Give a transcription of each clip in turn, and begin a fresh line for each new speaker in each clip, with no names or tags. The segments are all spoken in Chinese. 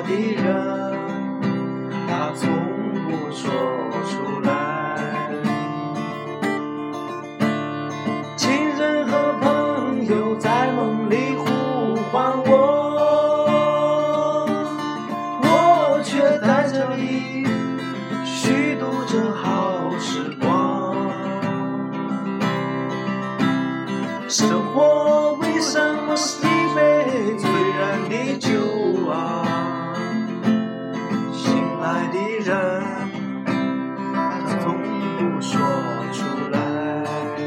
的人，他从不说出来。亲人和朋友在梦里呼唤我却在这里虚度着好时光。生活为什么是一杯醉人的酒啊？醒来的人他从不说出来。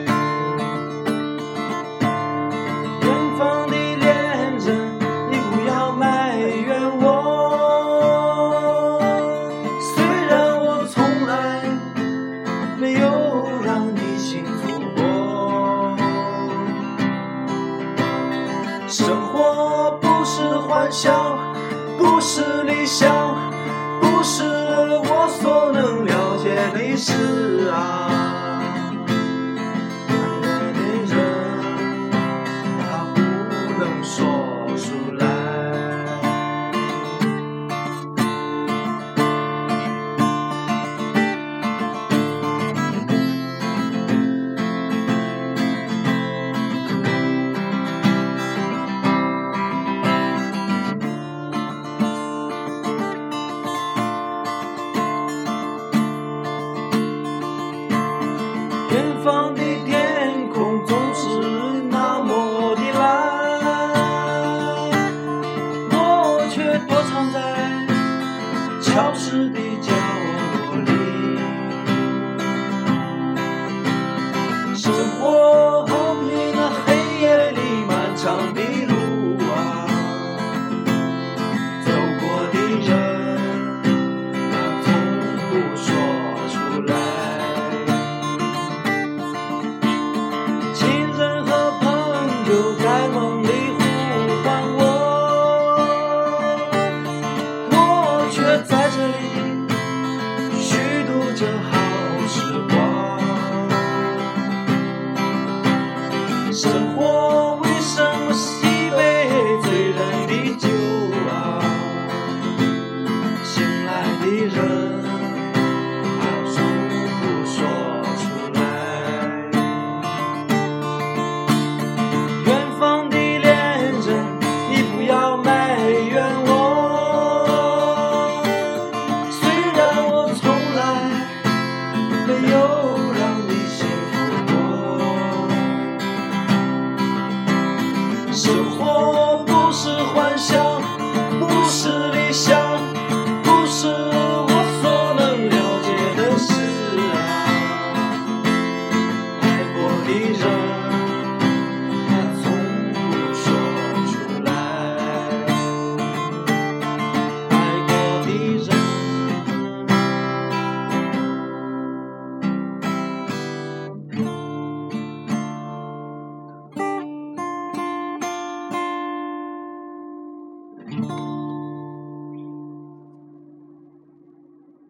远方的恋人，你不要埋怨我，虽然我从来没有让你幸福过。生活不是幻想，不是理想，不是我所能了解的事啊。爱的人他不能说出来。远方的天空总是那么的蓝，我却躲藏在潮湿的角落里。生活后面那黑夜里漫长的路啊，走过的人他从不说出来。在梦里呼唤我却在这里虚度着好时光。生活为什么是一杯醉人的酒啊？醒来的人他从不说出来。没有让你幸福过。生活